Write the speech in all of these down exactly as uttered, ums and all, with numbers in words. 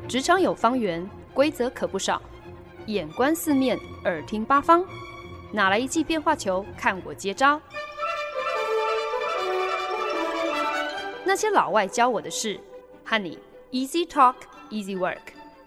职场有方圆，规则可不少。眼观四面，耳听八方，哪来一记变化球？看我接招！那些老外教我的事，和你 Easy Talk Easy Work。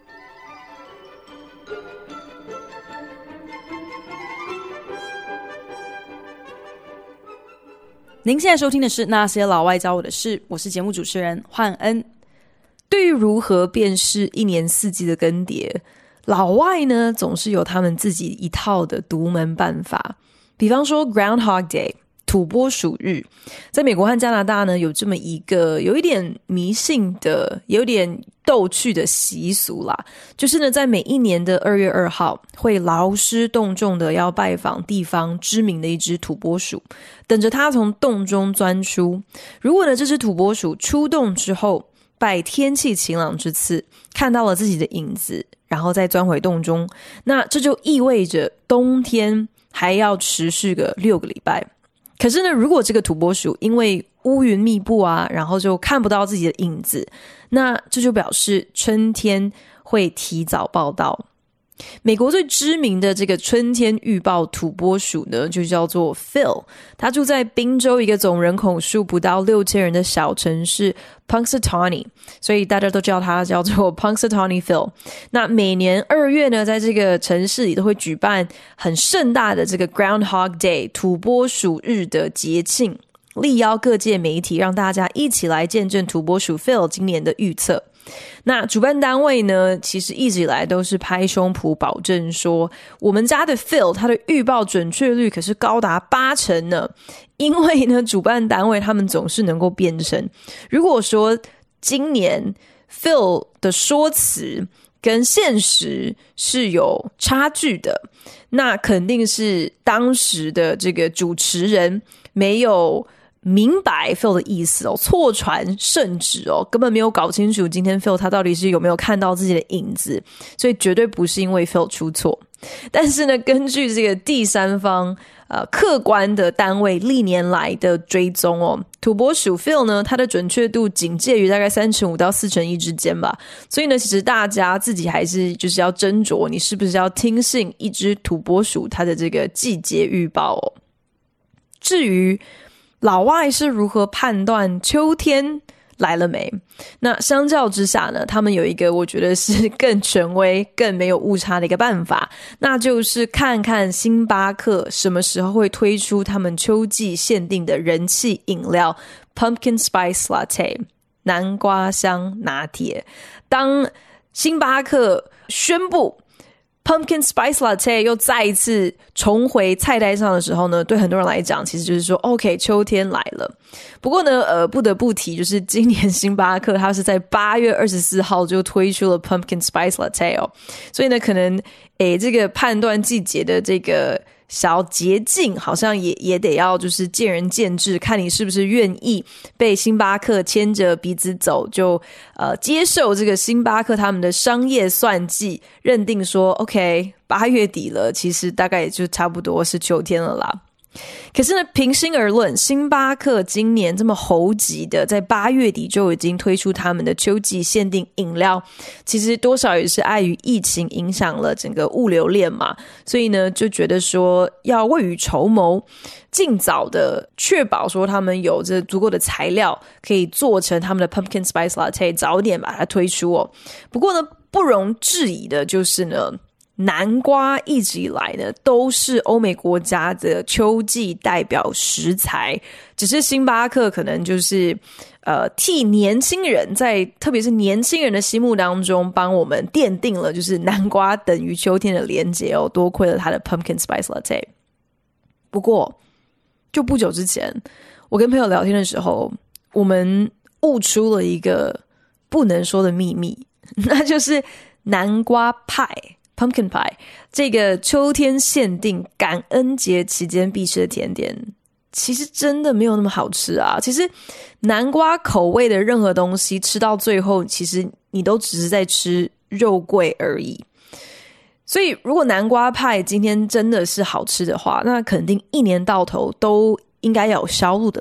您现在收听的是那些老外教我的事，我是节目主持人焕恩。对于如何辨识一年四季的更迭，老外呢总是有他们自己一套的独门办法。比方说 Groundhog Day 土拨鼠日，在美国和加拿大呢有这么一个有一点迷信的有点逗趣的习俗啦，就是呢在每一年的二月二号会劳师动众的要拜访地方知名的一只土拨鼠，等着它从洞中钻出。如果呢这只土拨鼠出洞之后拜天气晴朗之赐看到了自己的影子，然后再钻回洞中，那这就意味着冬天还要持续个六个礼拜。可是呢如果这个土拨鼠因为乌云密布啊，然后就看不到自己的影子，那这就表示春天会提早报到。美国最知名的这个春天预报土拨鼠呢就叫做 Phil， 他住在宾州一个总人口数不到六千人的小城市 Punxsutawney， 所以大家都叫他叫做 Punxsutawney Phil。 那每年二月呢在这个城市里都会举办很盛大的这个 Groundhog Day 土拨鼠日的节庆，力邀各界媒体让大家一起来见证土拨鼠 Phil 今年的预测。那主办单位呢其实一直以来都是拍胸脯保证说，我们家的 Phil 他的预报准确率可是高达八成呢。因为呢主办单位他们总是能够辩称，如果说今年 Phil 的说辞跟现实是有差距的，那肯定是当时的这个主持人没有明白 Phil 的意思哦，错传圣旨哦，根本没有搞清楚今天 Phil 他到底是有没有看到自己的影子，所以绝对不是因为 Phil 出错。但是呢根据这个第三方呃客观的单位历年来的追踪哦，土拨鼠 Phil 呢它的准确度仅介于大概三成五到四成一之间吧。所以呢其实大家自己还是就是要斟酌你是不是要听信一只土拨鼠它的这个季节预报哦。至于老外是如何判断秋天来了没，那相较之下呢他们有一个我觉得是更权威更没有误差的一个办法，那就是看看星巴克什么时候会推出他们秋季限定的人气饮料 Pumpkin Spice Latte 南瓜香拿铁。当星巴克宣布Pumpkin Spice Latte 又再一次重回菜单上的时候呢，对很多人来讲其实就是说 OK 秋天来了。不过呢呃，不得不提就是今年星巴克它是在八月二十四号就推出了 Pumpkin Spice Latte 哦，所以呢可能诶这个判断季节的这个小捷径好像也也得要就是见仁见智，看你是不是愿意被星巴克牵着鼻子走，就呃接受这个星巴克他们的商业算计，认定说 OK 八月底了，其实大概也就差不多是秋天了啦。可是呢平心而论，星巴克今年这么猴急的在八月底就已经推出他们的秋季限定饮料，其实多少也是碍于疫情影响了整个物流链嘛，所以呢就觉得说要未雨绸缪，尽早的确保说他们有这足够的材料可以做成他们的 Pumpkin Spice Latte， 早点把它推出哦。不过呢不容置疑的就是呢南瓜一直以来呢都是欧美国家的秋季代表食材，只是星巴克可能就是呃替年轻人在特别是年轻人的心目当中帮我们奠定了就是南瓜等于秋天的连结哦，多亏了它的 Pumpkin Spice Latte。 不过就不久之前我跟朋友聊天的时候，我们悟出了一个不能说的秘密，那就是南瓜派Pumpkin Pie 这个秋天限定感恩节期间必吃的甜点，其实真的没有那么好吃啊。其实南瓜口味的任何东西吃到最后其实你都只是在吃肉桂而已。所以如果南瓜派今天真的是好吃的话，那肯定一年到头都应该要有销路的嘛。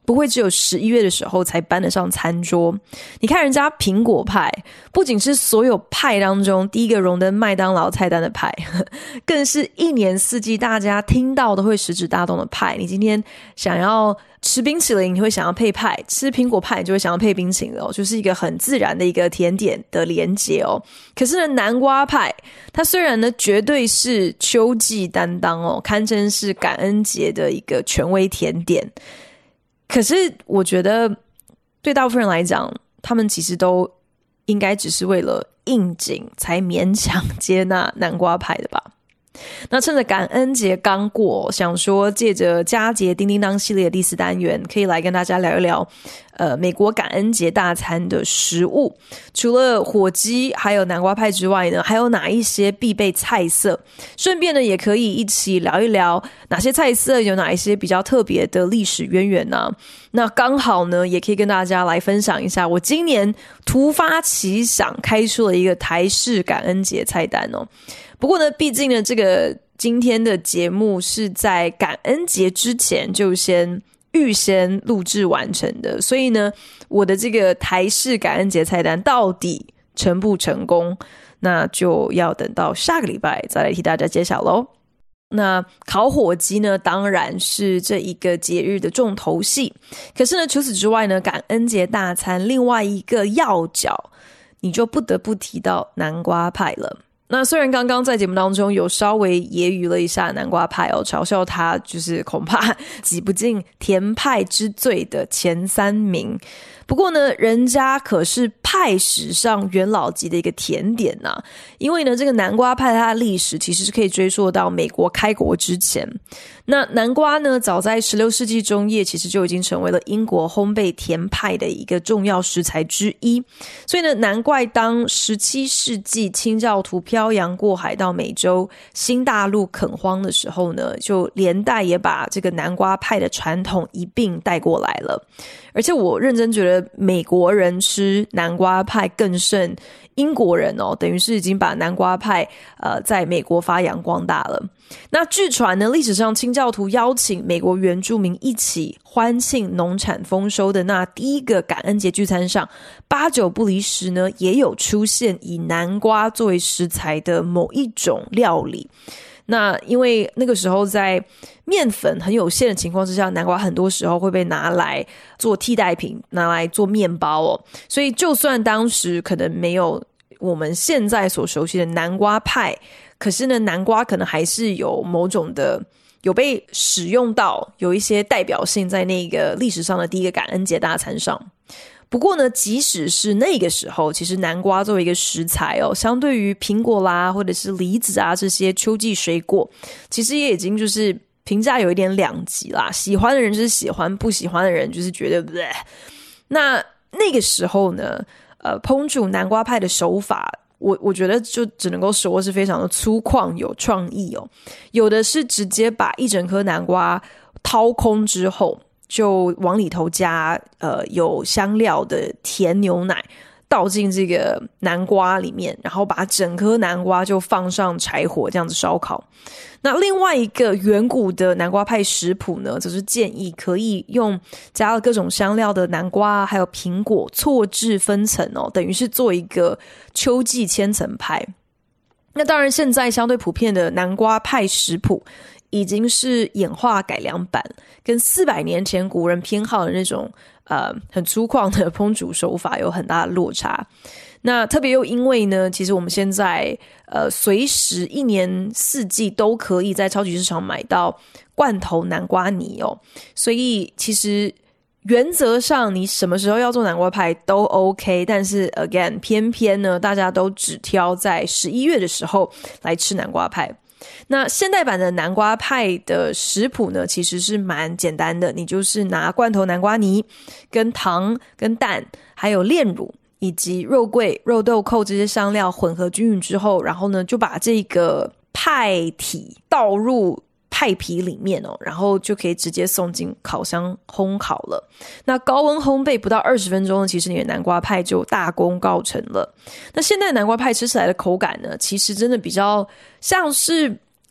不会只有十一月的时候才搬得上餐桌。你看人家苹果派，不仅是所有派当中第一个荣登麦当劳菜单的派，更是一年四季大家听到都会食指大动的派。你今天想要吃冰淇淋，你会想要配派；吃苹果派，你就会想要配冰淇淋哦，就是一个很自然的一个甜点的连结哦。可是呢，南瓜派它虽然呢绝对是秋季担当哦，堪称是感恩节的一个权威甜点，可是我觉得对大部分人来讲，他们其实都应该只是为了应景才勉强接纳南瓜派的吧。那趁着感恩节刚过，想说借着佳节叮叮当系列的第四单元，可以来跟大家聊一聊呃，美国感恩节大餐的食物。除了火鸡还有南瓜派之外呢，还有哪一些必备菜色？顺便呢，也可以一起聊一聊哪些菜色有哪一些比较特别的历史渊源呢？那刚好呢，也可以跟大家来分享一下，我今年突发奇想开出了一个台式感恩节菜单哦。不过呢，毕竟呢，这个今天的节目是在感恩节之前就先预先录制完成的，所以呢，我的这个台式感恩节菜单到底成不成功，那就要等到下个礼拜再来替大家揭晓咯。那烤火鸡呢，当然是这一个节日的重头戏。可是呢，除此之外呢，感恩节大餐另外一个要角，你就不得不提到南瓜派了。那虽然刚刚在节目当中有稍微揶揄了一下南瓜派哦，嘲笑他就是恐怕挤不进甜派之最的前三名。不过呢，人家可是派史上元老级的一个甜点啊，因为呢，这个南瓜派它的历史其实是可以追溯到美国开国之前。那南瓜呢，早在十六世纪中叶其实就已经成为了英国烘焙甜派的一个重要食材之一。所以呢，难怪当十七世纪清教徒漂洋过海到美洲新大陆垦荒的时候呢，就连带也把这个南瓜派的传统一并带过来了。而且我认真觉得美国人吃南瓜派更胜英国人哦，等于是已经把南瓜派呃在美国发扬光大了。那据传呢，历史上清教徒邀请美国原住民一起欢庆农产丰收的那第一个感恩节聚餐上，八九不离十呢，也有出现以南瓜作为食材的某一种料理。那因为那个时候在面粉很有限的情况之下，南瓜很多时候会被拿来做替代品，拿来做面包哦。所以就算当时可能没有我们现在所熟悉的南瓜派，可是呢，南瓜可能还是有某种的有被使用到，有一些代表性在那个历史上的第一个感恩节大餐上。不过呢，即使是那个时候，其实南瓜作为一个食材哦，相对于苹果啦或者是梨子啊这些秋季水果，其实也已经就是评价有一点两极啦。喜欢的人就是喜欢，不喜欢的人就是觉得bleh。那那个时候呢，呃，烹煮南瓜派的手法，我我觉得就只能够说是非常的粗犷有创意哦。有的是直接把一整颗南瓜掏空之后，就往里头加呃有香料的甜牛奶，倒进这个南瓜里面，然后把整颗南瓜就放上柴火这样子烧烤。那另外一个远古的南瓜派食谱呢，则是建议可以用加了各种香料的南瓜还有苹果错置分层哦，等于是做一个秋季千层派。那当然现在相对普遍的南瓜派食谱已经是演化改良版，跟四百年前古人偏好的那种呃很粗犷的烹煮手法有很大的落差。那特别又因为呢，其实我们现在呃随时一年四季都可以在超级市场买到罐头南瓜泥哦，所以其实原则上你什么时候要做南瓜派都 OK， 但是 again 偏偏呢大家都只挑在十一月的时候来吃南瓜派。那现代版的南瓜派的食谱呢，其实是蛮简单的，你就是拿罐头南瓜泥跟糖跟蛋还有炼乳以及肉桂肉豆蔻这些香料混合均匀之后，然后呢就把这个派体倒入派皮里面哦，然后就可以直接送进烤箱烘烤了。那高温烘焙不到二十分钟，其实你的南瓜派就大功告成了。那现在南瓜派吃起来的口感呢，其实真的比较像是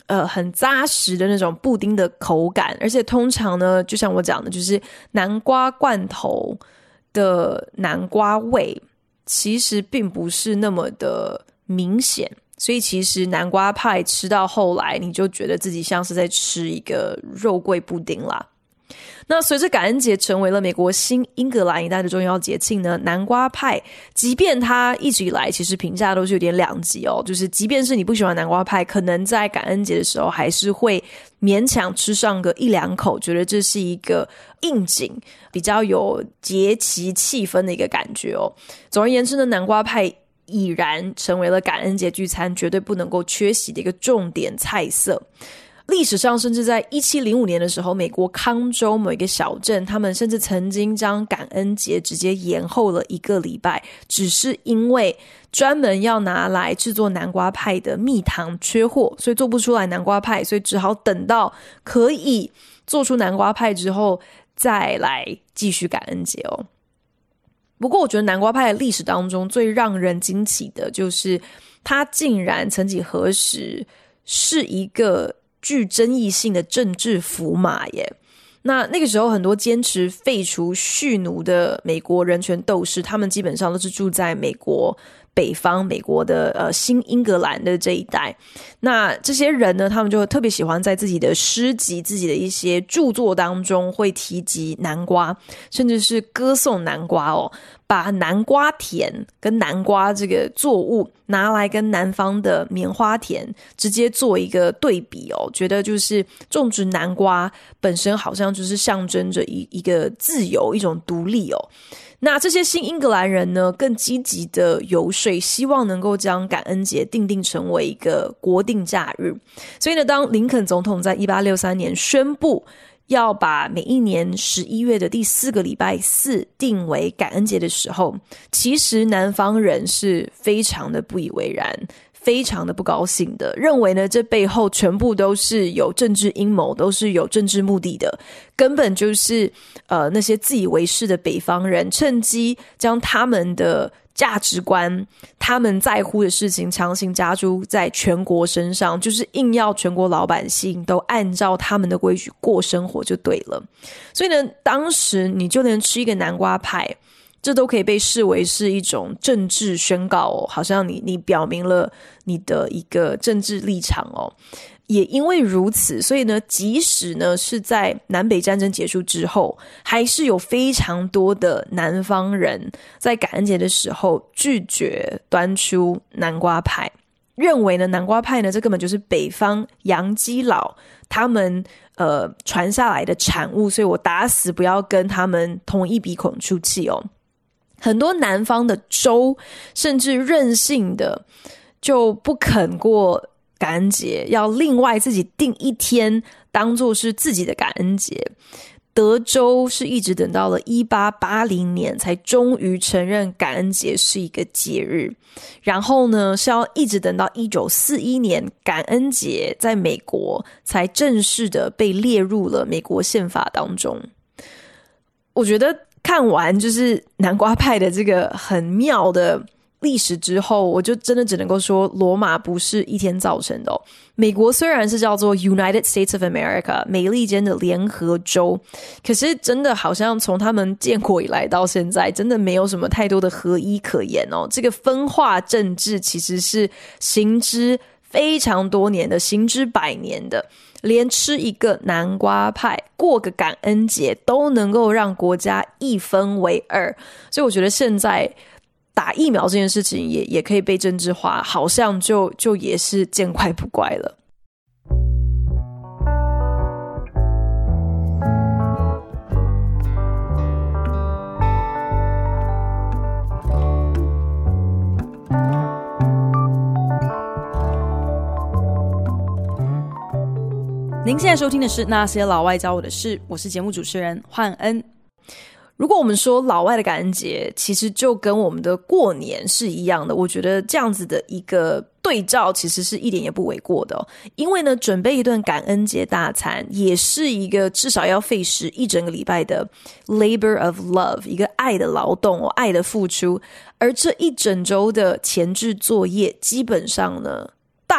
呃，很扎实的那种布丁的口感，而且通常呢，就像我讲的，就是南瓜罐头的南瓜味其实并不是那么的明显，所以其实南瓜派吃到后来，你就觉得自己像是在吃一个肉桂布丁啦。那随着感恩节成为了美国新英格兰一带的重要节庆呢，南瓜派即便它一直以来其实评价都是有点两极哦，就是即便是你不喜欢南瓜派，可能在感恩节的时候还是会勉强吃上个一两口，觉得这是一个应景比较有节气气氛的一个感觉哦。总而言之呢，南瓜派已然成为了感恩节聚餐绝对不能够缺席的一个重点菜色。历史上甚至在一七零五年的时候，美国康州某一个小镇，他们甚至曾经将感恩节直接延后了一个礼拜，只是因为专门要拿来制作南瓜派的蜜糖缺货，所以做不出来南瓜派，所以只好等到可以做出南瓜派之后再来继续感恩节哦。不过我觉得南瓜派的历史当中最让人惊奇的就是它竟然曾几何时是一个具争议性的政治符码耶。那那个时候很多坚持废除蓄奴的美国人权斗士，他们基本上都是住在美国北方，美国的呃新英格兰的这一带。那这些人呢，他们就特别喜欢在自己的诗集、自己的一些著作当中会提及南瓜，甚至是歌颂南瓜哦，把南瓜田跟南瓜这个作物拿来跟南方的棉花田直接做一个对比哦，觉得就是种植南瓜本身好像就是象征着一一个自由，一种独立哦。那这些新英格兰人呢，更积极的游说，希望能够将感恩节定定成为一个国定假日。所以呢，当林肯总统在一八六三年宣布要把每一年十一月的第四个礼拜四定为感恩节的时候，其实南方人是非常的不以为然，非常的不高兴的，认为呢这背后全部都是有政治阴谋，都是有政治目的的，根本就是呃那些自以为是的北方人趁机将他们的价值观，他们在乎的事情强行加诸在全国身上，就是硬要全国老百姓都按照他们的规矩过生活就对了。所以呢，当时你就连吃一个南瓜派，这都可以被视为是一种政治宣告哦，好像你你表明了你的一个政治立场哦。也因为如此，所以呢，即使呢是在南北战争结束之后，还是有非常多的南方人在感恩节的时候拒绝端出南瓜派，认为呢南瓜派呢这根本就是北方洋基佬他们呃传下来的产物，所以我打死不要跟他们同一鼻孔出气哦。很多南方的州甚至任性的就不肯过感恩节，要另外自己定一天当作是自己的感恩节。德州是一直等到了一八八零年才终于承认感恩节是一个节日，然后呢是要一直等到一九四一年感恩节在美国才正式的被列入了美国宪法当中。我觉得看完就是南瓜派的这个很妙的历史之后，我就真的只能够说罗马不是一天造成的哦。美国虽然是叫做 United States of America 美利坚的联合州，可是真的好像从他们建国以来到现在真的没有什么太多的合一可言哦。这个分化政治其实是行之非常多年的，行之百年的，连吃一个南瓜派过个感恩节都能够让国家一分为二。所以我觉得现在打疫苗这件事情也也可以被政治化，好像就就也是见怪不怪了。您现在收听的是那些老外教我的事，我是节目主持人焕恩。如果我们说老外的感恩节其实就跟我们的过年是一样的，我觉得这样子的一个对照其实是一点也不为过的哦。因为呢，准备一顿感恩节大餐也是一个至少要费时一整个礼拜的 labor of love， 一个爱的劳动哦，爱的付出。而这一整周的前置作业基本上呢，大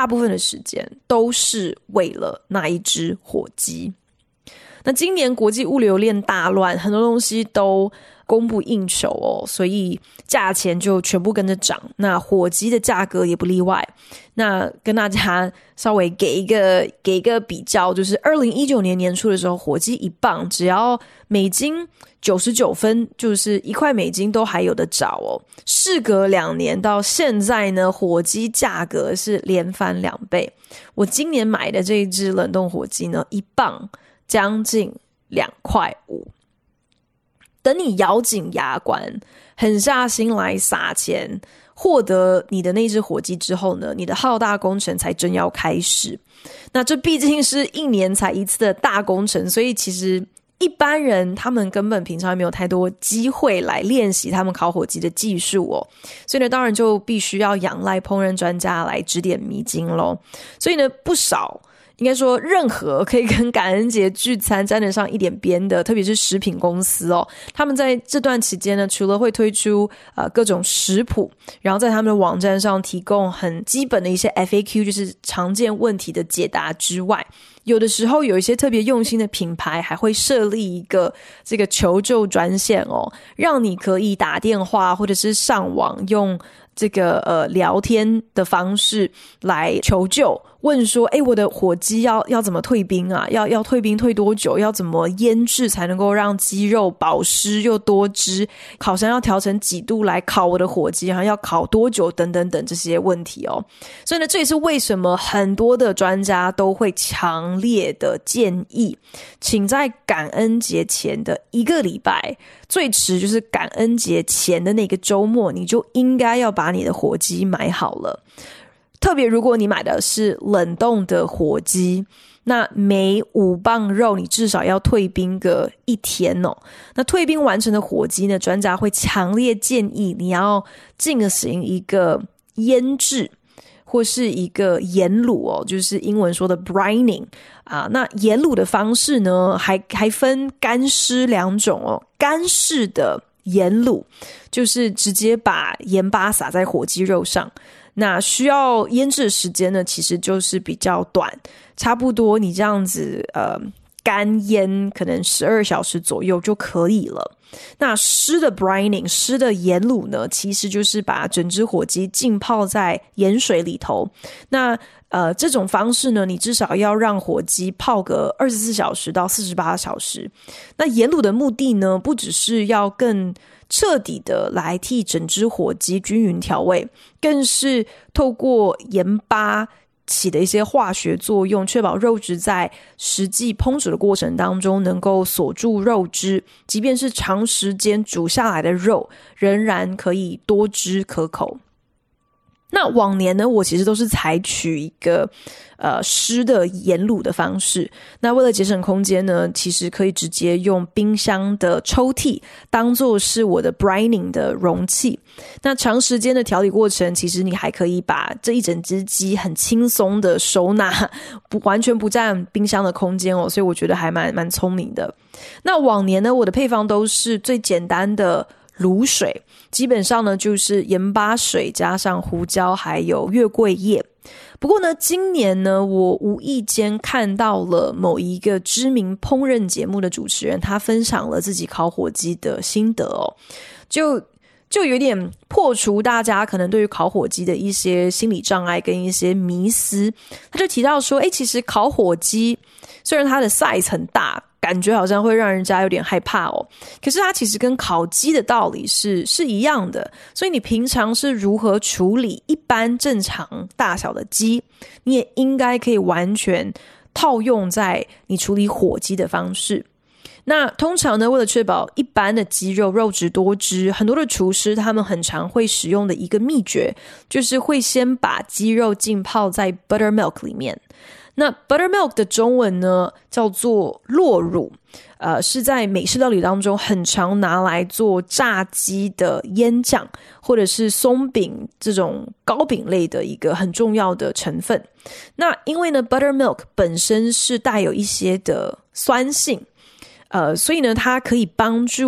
大部分的时间都是为了那一只火鸡。那今年国际物流链大乱，很多东西都供不应求哦，所以价钱就全部跟着涨。那火鸡的价格也不例外。那跟大家稍微给一个给一个比较，就是二零一九年年初的时候，火鸡一磅只要美金九十九分，就是一块美金都还有的找哦。事隔两年到现在呢，火鸡价格是连翻两倍。我今年买的这一只冷冻火鸡呢，一磅将近两块五。等你咬紧牙关，狠下心来撒钱，获得你的那只火鸡之后呢，你的浩大工程才真要开始。那这毕竟是一年才一次的大工程，所以其实一般人他们根本平常没有太多机会来练习他们烤火鸡的技术哦，所以呢，当然就必须要仰赖烹饪专家来指点迷津咯。所以呢，不少应该说任何可以跟感恩节聚餐沾得上一点边的，特别是食品公司哦，他们在这段期间呢，除了会推出呃各种食谱，然后在他们的网站上提供很基本的一些 F A Q， 就是常见问题的解答之外，有的时候有一些特别用心的品牌还会设立一个这个求救专线哦，让你可以打电话或者是上网用这个呃聊天的方式来求救，问说诶我的火鸡要要怎么退冰啊，要要退冰退多久，要怎么腌制才能够让鸡肉保湿又多汁，烤箱要调成几度来烤我的火鸡，然后要烤多久等等等这些问题哦。所以呢，这也是为什么很多的专家都会强烈的建议，请在感恩节前的一个礼拜，最迟就是感恩节前的那个周末，你就应该要把你的火鸡买好了。特别如果你买的是冷冻的火鸡，那每五磅肉你至少要退冰个一天哦。那退冰完成的火鸡呢，专家会强烈建议你要进行一个腌制或是一个盐卤哦，就是英文说的 brining 啊。那盐卤的方式呢，还还分干湿两种哦。干式的盐卤就是直接把盐巴撒在火鸡肉上，那需要腌制的时间呢，其实就是比较短，差不多你这样子呃干腌可能十二小时左右就可以了。那湿的 brining 湿的盐卤呢，其实就是把整只火鸡浸泡在盐水里头。那呃这种方式呢，你至少要让火鸡泡个二十四小时到四十八小时。那盐卤的目的呢，不只是要更彻底的来替整只火鸡均匀调味，更是透过盐巴起的一些化学作用，确保肉质在实际烹煮的过程当中能够锁住肉汁，即便是长时间煮下来的肉仍然可以多汁可口。那往年呢，我其实都是采取一个呃湿的盐卤的方式。那为了节省空间呢，其实可以直接用冰箱的抽屉当作是我的 brining 的容器。那长时间的调理过程，其实你还可以把这一整只鸡很轻松的收纳，不完全不占冰箱的空间哦，所以我觉得还蛮蛮聪明的。那往年呢，我的配方都是最简单的卤水，基本上呢就是盐巴水加上胡椒还有月桂叶。不过呢，今年呢，我无意间看到了某一个知名烹饪节目的主持人，他分享了自己烤火鸡的心得哦，就就有点破除大家可能对于烤火鸡的一些心理障碍跟一些迷思。他就提到说，诶，其实烤火鸡虽然它的 size 很大，感觉好像会让人家有点害怕哦，可是它其实跟烤鸡的道理是是一样的。所以你平常是如何处理一般正常大小的鸡，你也应该可以完全套用在你处理火鸡的方式。那通常呢，为了确保一般的鸡肉肉质多汁，很多的厨师他们很常会使用的一个秘诀，就是会先把鸡肉浸泡在 buttermilk 里面。那 buttermilk 的中文呢叫做酪乳，呃，是在美式料理当中很常拿来做炸鸡的腌酱，或者是松饼这种糕饼类的一个很重要的成分。那因为呢 buttermilk 本身是带有一些的酸性，呃，所以呢它可以帮助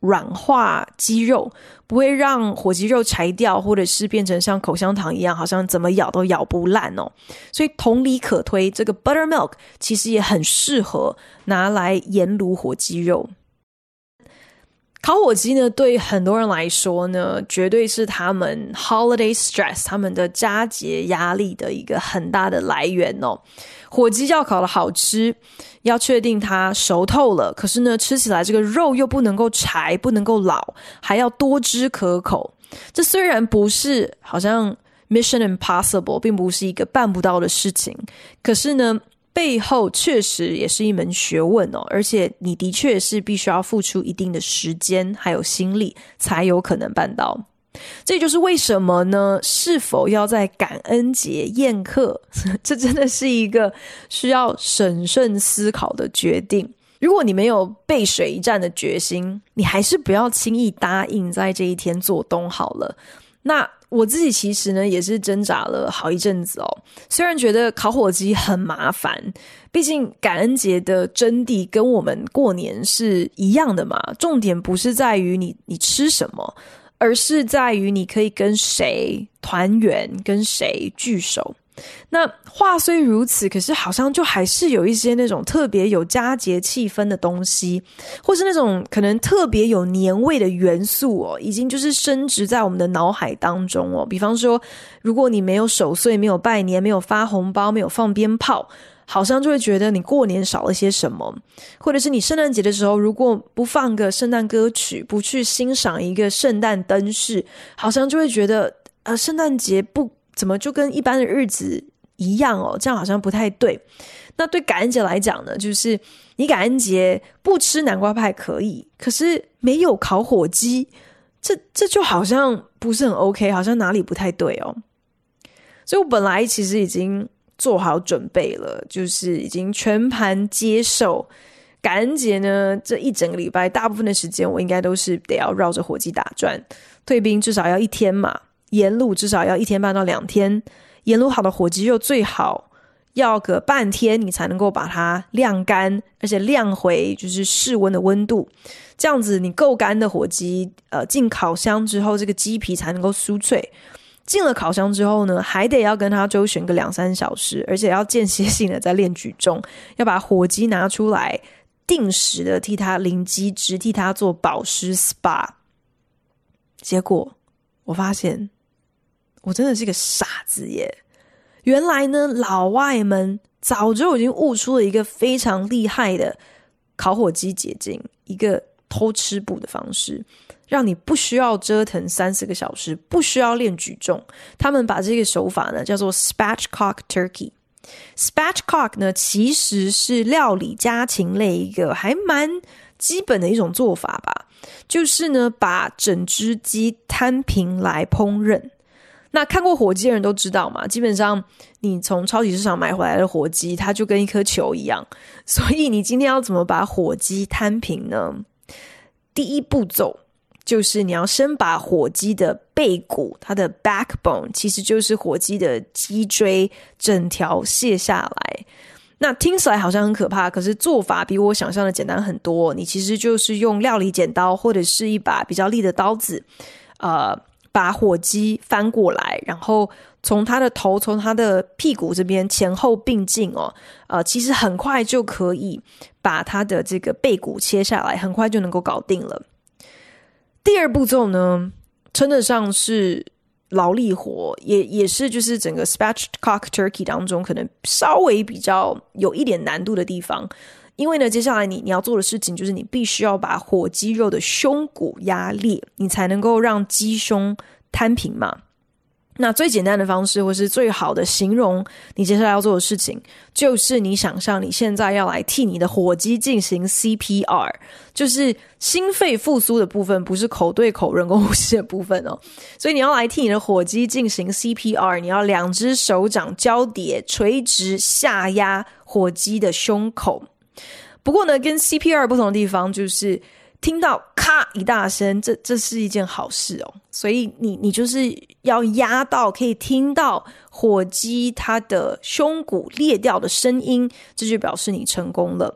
软化鸡肉，不会让火鸡肉柴掉，或者是变成像口香糖一样好像怎么咬都咬不烂哦。所以同理可推，这个 buttermilk 其实也很适合拿来盐卤火鸡肉。烤火鸡呢，对很多人来说呢，绝对是他们 holiday stress 他们的佳节压力的一个很大的来源哦。火鸡要烤得好吃，要确定它熟透了，可是呢，吃起来这个肉又不能够柴，不能够老，还要多汁可口。这虽然不是好像 Mission Impossible， 并不是一个办不到的事情，可是呢，背后确实也是一门学问哦，而且你的确是必须要付出一定的时间还有心力才有可能办到。这就是为什么呢，是否要在感恩节宴客，这真的是一个需要审慎思考的决定。如果你没有背水一战的决心，你还是不要轻易答应在这一天做东好了。那我自己其实呢也是挣扎了好一阵子哦，虽然觉得烤火鸡很麻烦，毕竟感恩节的真谛跟我们过年是一样的嘛，重点不是在于你你吃什么，而是在于你可以跟谁团圆，跟谁聚首。那话虽如此，可是好像就还是有一些那种特别有佳节气氛的东西，或是那种可能特别有年味的元素哦，已经就是深植在我们的脑海当中哦。比方说，如果你没有守岁，没有拜年，没有发红包，没有放鞭炮，好像就会觉得你过年少了些什么。或者是你圣诞节的时候，如果不放个圣诞歌曲，不去欣赏一个圣诞灯饰，好像就会觉得呃，圣诞节不怎么就跟一般的日子一样哦，这样好像不太对。那对感恩节来讲呢，就是你感恩节不吃南瓜派可以，可是没有烤火鸡，这这就好像不是很 OK， 好像哪里不太对哦。所以我本来其实已经做好准备了，就是已经全盘接受感恩节呢这一整个礼拜大部分的时间我应该都是得要绕着火鸡打转，退冰至少要一天嘛，盐卤至少要一天半到两天，盐卤好的火鸡肉最好要个半天你才能够把它晾干，而且晾回就是室温的温度，这样子你够干的火鸡呃进烤箱之后，这个鸡皮才能够酥脆。进了烤箱之后呢，还得要跟它周旋个两三小时，而且要间歇性的在练举重，要把火鸡拿出来定时的替它淋鸡汁，替它做保湿 S P A。 结果我发现我真的是个傻子耶，原来呢老外们早就已经悟出了一个非常厉害的烤火鸡捷径，一个偷吃步的方式，让你不需要折腾三四个小时，不需要练举重。他们把这个手法呢叫做 spatchcock turkey。 spatchcock 呢其实是料理家禽类一个还蛮基本的一种做法吧，就是呢把整只鸡摊平来烹饪。那看过火鸡的人都知道嘛，基本上你从超级市场买回来的火鸡它就跟一颗球一样，所以你今天要怎么把火鸡摊平呢？第一步骤就是你要先把火鸡的背骨，它的 backbone 其实就是火鸡的脊椎整条卸下来。那听起来好像很可怕，可是做法比我想象的简单很多。你其实就是用料理剪刀或者是一把比较利的刀子呃，把火鸡翻过来，然后从它的头从它的屁股这边前后并进哦，呃，其实很快就可以把它的这个背骨切下来，很快就能够搞定了。第二步骤呢，称得上是劳力活，也也是就是整个 spatchcock turkey 当中可能稍微比较有一点难度的地方。因为呢，接下来你你要做的事情就是你必须要把火鸡肉的胸骨压裂，你才能够让鸡胸摊平嘛。那最简单的方式或是最好的形容你接下来要做的事情，就是你想象你现在要来替你的火鸡进行 C P R， 就是心肺复苏的部分，不是口对口人工呼吸的部分哦。所以你要来替你的火鸡进行 C P R， 你要两只手掌交叠垂直下压火鸡的胸口。不过呢，跟 C P R 不同的地方就是听到咔一大声，这这是一件好事哦。所以你你就是要压到可以听到火鸡它的胸骨裂掉的声音，这就表示你成功了。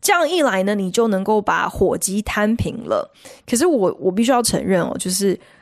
这样一来呢，你就能够把火鸡摊平了。可是我我必须要承认哦，就是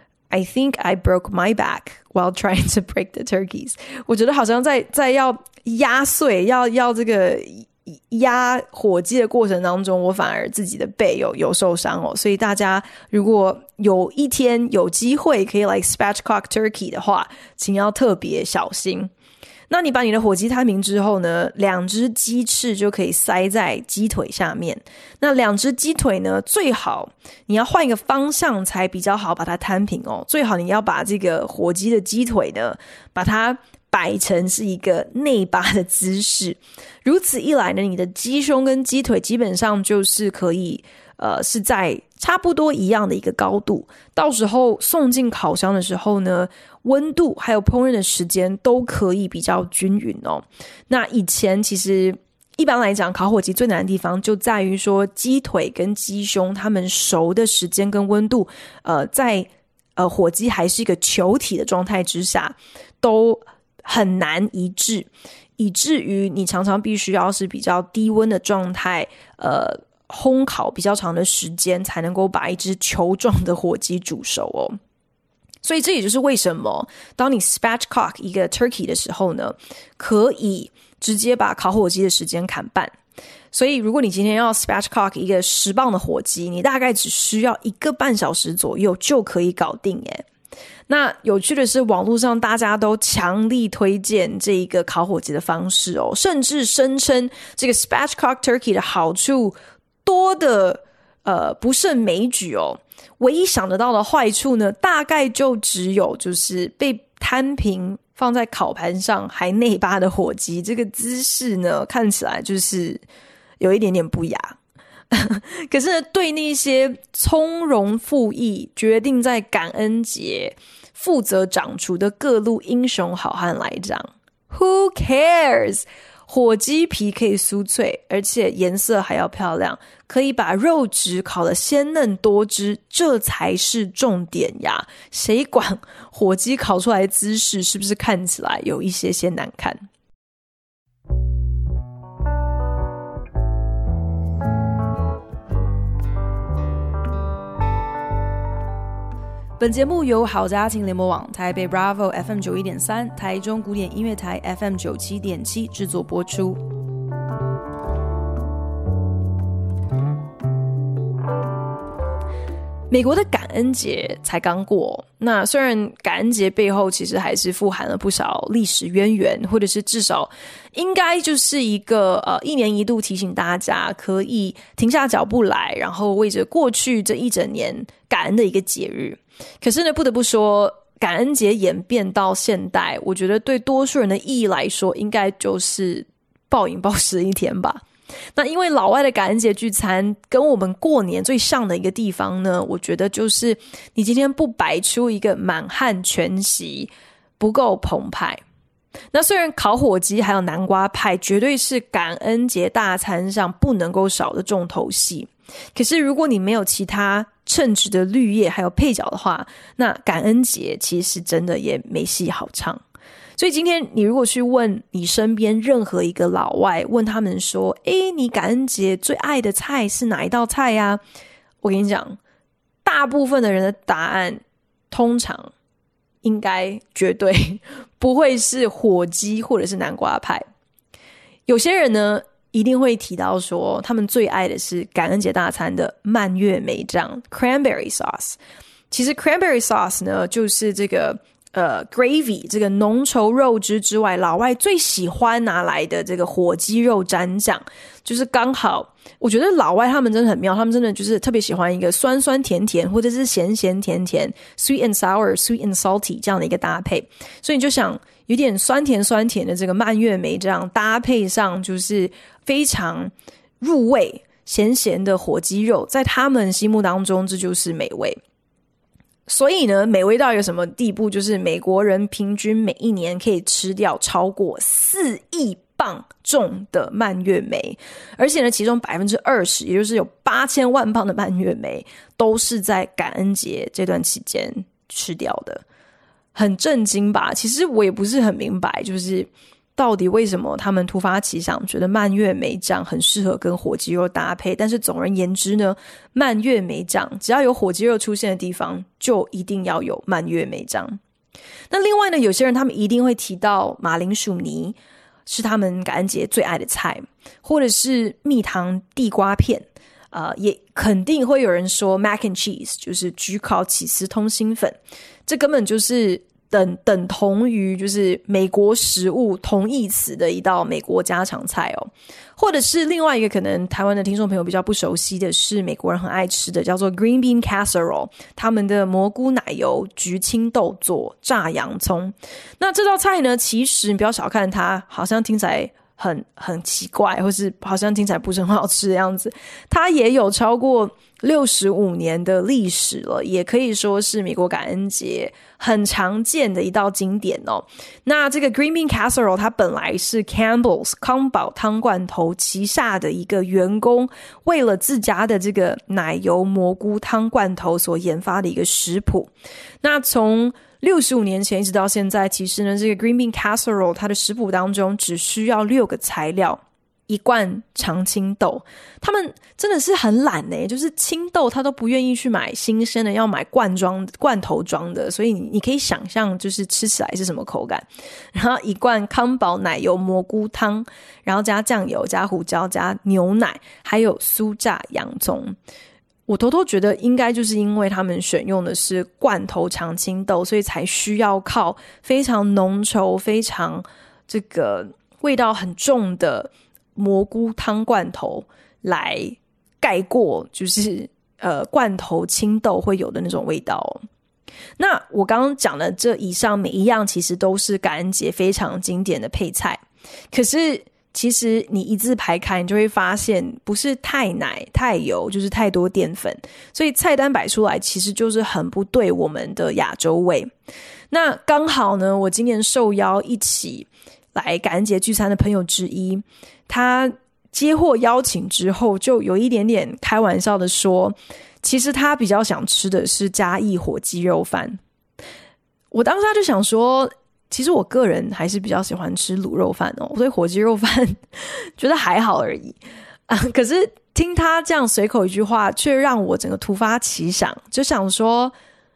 I think I broke my back while trying to break the turkeys。我觉得好像在在要压碎，要要这个压火鸡的过程当中，我反而自己的背有有受伤哦。所以大家如果有一天有机会可以来 spatchcock turkey 的话，请要特别小心。那你把你的火鸡摊平之后呢，两只鸡翅就可以塞在鸡腿下面。那两只鸡腿呢，最好你要换一个方向才比较好把它摊平哦。最好你要把这个火鸡的鸡腿呢，把它摆成是一个内八的姿势。如此一来呢，你的鸡胸跟鸡腿基本上就是可以呃是在差不多一样的一个高度。到时候送进烤箱的时候呢，温度还有烹饪的时间都可以比较均匀哦。那以前其实一般来讲，烤火鸡最难的地方就在于说鸡腿跟鸡胸它们熟的时间跟温度，呃，在呃火鸡还是一个球体的状态之下，都很难一致，以至于你常常必须要是比较低温的状态，呃，烘烤比较长的时间，才能够把一只球状的火鸡煮熟哦。所以这也就是为什么当你 spatchcock 一个 turkey 的时候呢，可以直接把烤火鸡的时间砍半。所以如果你今天要 spatchcock 一个十磅的火鸡，你大概只需要一个半小时左右就可以搞定耶。那有趣的是，网络上大家都强力推荐这一个烤火鸡的方式哦，甚至声称这个 spatchcock turkey 的好处多的呃不胜枚举哦。唯一想得到的坏处呢，大概就只有就是被摊平放在烤盘上还内八的火鸡，这个姿势呢看起来就是有一点点不雅。可是呢，对那些从容赴义决定在感恩节负责掌厨的各路英雄好汉来讲， Who cares？ 火鸡皮可以酥脆，而且颜色还要漂亮，可以把肉质烤得鲜嫩多汁，这才是重点呀！谁管火鸡烤出来的姿势是不是看起来有一些些难看？本节目由好家庭联播网、台北 Bravo F M 九一点三、台中古典音乐台 F M 九七点七制作播出。美国的感恩节才刚过，那虽然感恩节背后其实还是富含了不少历史渊源，或者是至少应该就是一个呃一年一度提醒大家可以停下脚步来，然后为着过去这一整年感恩的一个节日。可是呢，不得不说，感恩节演变到现代，我觉得对多数人的意义来说，应该就是暴饮暴食的一天吧。那因为老外的感恩节聚餐跟我们过年最像的一个地方呢，我觉得就是你今天不摆出一个满汉全席不够澎湃。那虽然烤火鸡还有南瓜派绝对是感恩节大餐上不能够少的重头戏，可是如果你没有其他称职的绿叶还有配角的话，那感恩节其实真的也没戏好唱。所以今天你如果去问你身边任何一个老外，问他们说，诶，你感恩节最爱的菜是哪一道菜呀？我跟你讲，大部分的人的答案通常应该绝对不会是火鸡或者是南瓜派。有些人呢一定会提到说他们最爱的是感恩节大餐的蔓越莓酱 cranberry sauce。 其实 cranberry sauce 呢就是这个呃 gravy 这个浓稠肉汁之外，老外最喜欢拿来的这个火鸡肉蘸酱，就是刚好我觉得老外他们真的很妙，他们真的就是特别喜欢一个酸酸甜甜或者是咸咸甜甜 sweet and sour sweet and salty 这样的一个搭配。所以你就想有点酸甜酸甜的这个蔓越莓这样搭配上就是非常入味咸咸的火鸡肉，在他们心目当中这就是美味。所以呢，美味到一个什么地步，就是美国人平均每一年可以吃掉超过四亿磅重的蔓越莓，而且呢，其中 百分之二十 也就是有八千万磅的蔓越莓都是在感恩节这段期间吃掉的。很震惊吧？其实我也不是很明白，就是到底为什么他们突发奇想觉得蔓越莓酱很适合跟火鸡肉搭配，但是总而言之呢，蔓越莓酱只要有火鸡肉出现的地方就一定要有蔓越莓酱。那另外呢，有些人他们一定会提到马铃薯泥是他们感恩节最爱的菜，或者是蜜糖地瓜片，呃，也肯定会有人说 mac and cheese 就是焗烤起司通心粉，这根本就是等等同于就是美国食物同义词的一道美国家常菜哦。或者是另外一个可能台湾的听众朋友比较不熟悉的是美国人很爱吃的叫做 green bean casserole， 他们的蘑菇奶油焗青豆做炸洋葱。那这道菜呢，其实你不要小看它，好像听起来很很奇怪，或是好像听起来不是很好吃的样子，它也有超过六十五年的历史了，也可以说是美国感恩节很常见的一道经典哦。那这个 Green Bean Casserole 它本来是 Campbell's 康宝汤罐头旗下的一个员工为了自家的这个奶油蘑菇汤罐头所研发的一个食谱。那从六十五年前一直到现在，其实呢这个 Green Bean Casserole 它的食谱当中只需要六个材料，一罐长青豆，他们真的是很懒耶，就是青豆他都不愿意去买新鲜的，要买罐装罐头装的，所以你你可以想象就是吃起来是什么口感。然后一罐康宝奶油蘑菇汤，然后加酱油加胡椒加牛奶，还有酥炸洋葱。我偷偷觉得应该就是因为他们选用的是罐头长青豆，所以才需要靠非常浓稠非常这个味道很重的蘑菇汤罐头来盖过就是呃罐头青豆会有的那种味道哦。那我刚刚讲的这以上每一样其实都是感恩节非常经典的配菜，可是其实你一字排开，你就会发现不是太奶太油就是太多淀粉，所以菜单摆出来其实就是很不对我们的亚洲味。那刚好呢，我今年受邀一起来感恩节聚餐的朋友之一，他接获邀请之后就有一点点开玩笑的说，其实他比较想吃的是嘉义火鸡肉饭。我当时就想说，其实我个人还是比较喜欢吃卤肉饭哦，所以火鸡肉饭觉得还好而已啊。可是听他这样随口一句话，却让我整个突发奇想，就想说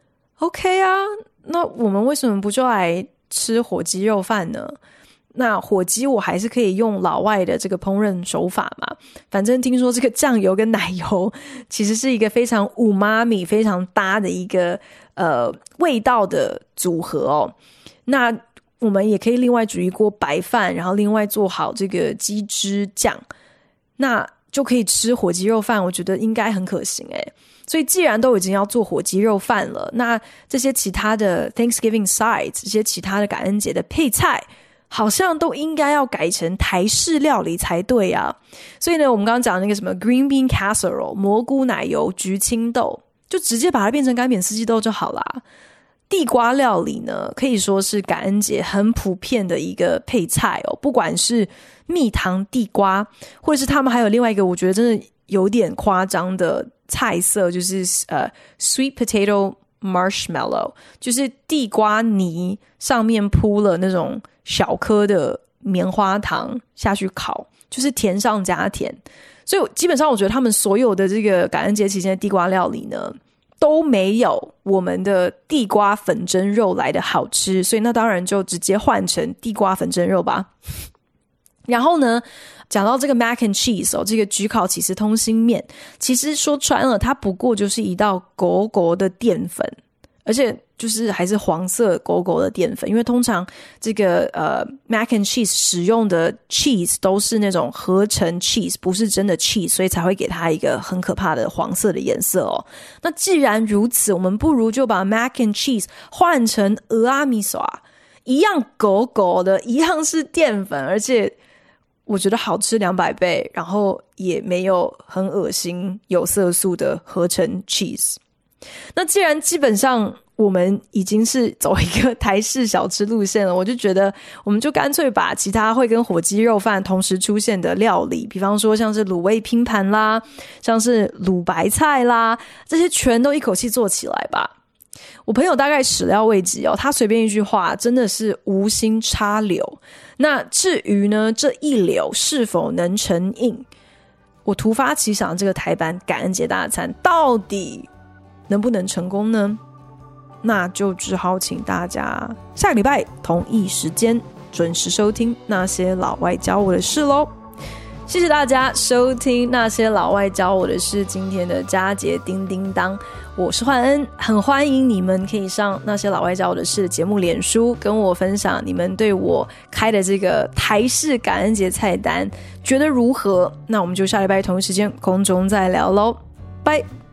OK 啊，那我们为什么不就来吃火鸡肉饭呢？那火鸡我还是可以用老外的这个烹饪手法嘛，反正听说这个酱油跟奶油其实是一个非常五妈咪非常搭的一个呃味道的组合哦。那我们也可以另外煮一锅白饭，然后另外做好这个鸡汁酱，那就可以吃火鸡肉饭，我觉得应该很可行诶。所以既然都已经要做火鸡肉饭了，那这些其他的 Thanksgiving sides 这些其他的感恩节的配菜好像都应该要改成台式料理才对啊。所以呢，我们刚刚讲那个什么 Green Bean Casserole 蘑菇奶油焗青豆，就直接把它变成干煸四季豆就好啦。地瓜料理呢，可以说是感恩节很普遍的一个配菜哦，不管是蜜糖地瓜，或者是他们还有另外一个我觉得真的有点夸张的菜色，就是呃 sweet potato marshmallow， 就是地瓜泥上面铺了那种小颗的棉花糖下去烤，就是甜上加甜。所以基本上我觉得他们所有的这个感恩节期间的地瓜料理呢，都没有我们的地瓜粉蒸肉来的好吃，所以那当然就直接换成地瓜粉蒸肉吧。然后呢，讲到这个 mac and cheese 哦，这个焗烤起司通心面，其实说穿了它不过就是一道狗狗的淀粉，而且就是还是黄色狗狗的淀粉，因为通常这个呃 mac and cheese 使用的 cheese 都是那种合成 cheese， 不是真的 cheese， 所以才会给它一个很可怕的黄色的颜色哦。那既然如此，我们不如就把 mac and cheese 换成蚵仔米线，一样狗狗的，一样是淀粉，而且我觉得好吃两百倍，然后也没有很恶心有色素的合成 cheese。 那既然基本上我们已经是走一个台式小吃路线了，我就觉得我们就干脆把其他会跟火鸡肉饭同时出现的料理，比方说像是卤味拼盘啦，像是卤白菜啦，这些全都一口气做起来吧。 我朋友大概始料未及哦，他随便一句话真的是无心插柳。那至于呢，这一柳是否能成印，我突发奇想，这个台版感恩节大餐到底能不能成功呢？那就只好请大家下个礼拜同一时间准时收听那些老外教我的事咯。谢谢大家收听那些老外教我的事今天的佳节叮叮当，我是焕恩，很欢迎你们可以上那些老外教我的事的节目脸书跟我分享你们对我开的这个台式感恩节菜单觉得如何。那我们就下礼拜同一时间空中再聊咯，拜。